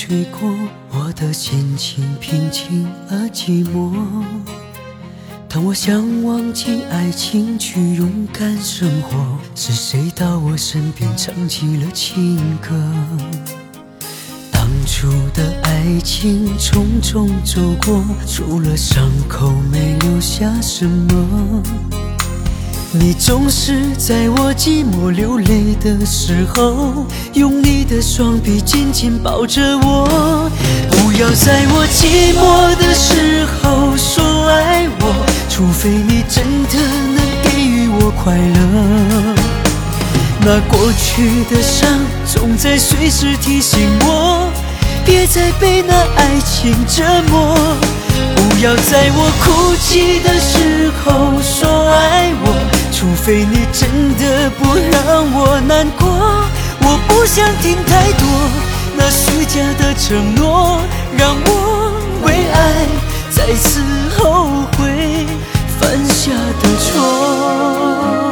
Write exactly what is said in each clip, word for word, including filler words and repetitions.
吹过，我的心情平静而寂寞。当我想忘记爱情，去勇敢生活，是谁到我身边唱起了情歌？当初的爱情匆匆走过，除了伤口没留下什么。你总是在我寂寞流泪的时候，用你的双臂紧紧抱着我。不要在我寂寞的时候说爱我，除非你真的能给予我快乐。那过去的伤总在随时提醒我，别再被那爱情折磨。不要在我哭泣的时候说爱我，除非你真的不让我难过。我不想听太多那虚假的承诺，让我为爱再次后悔犯下的错。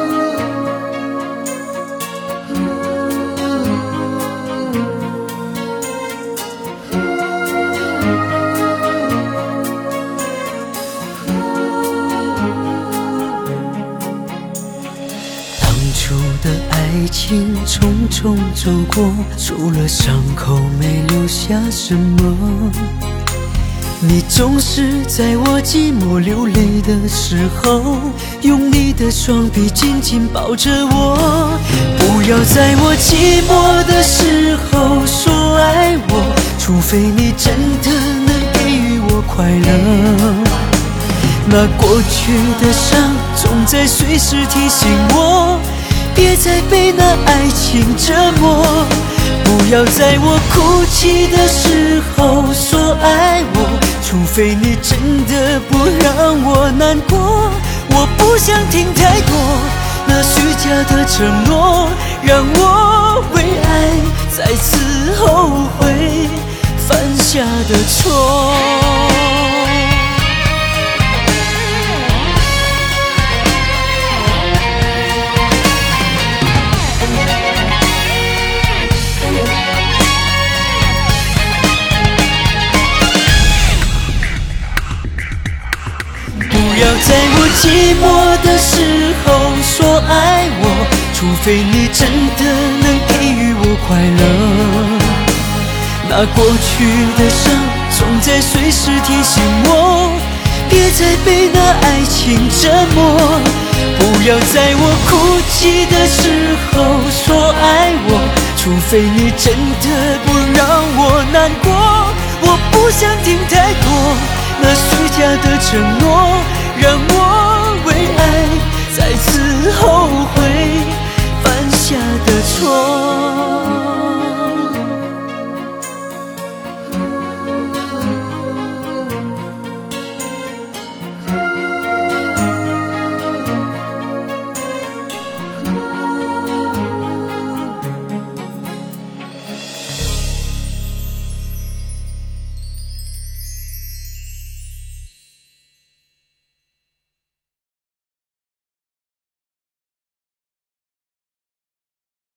爱情匆匆走过，除了伤口没留下什么。你总是在我寂寞流泪的时候，用你的双臂紧紧抱着我。不要在我寂寞的时候说爱我，除非你真的能给予我快乐。那过去的伤总在随时提醒我，别再被那爱情折磨。不要在我哭泣的时候说爱我，除非你真的不让我难过。我不想听太多那虚假的承诺，让我为爱再次后悔犯下的错。不要在我寂寞的时候说爱我，除非你真的能给予我快乐。那过去的伤总在随时提醒我，别再被那爱情折磨。不要在我哭泣的时候说爱我，除非你真的不让我难过。我不想听太多那虚假的承诺，让我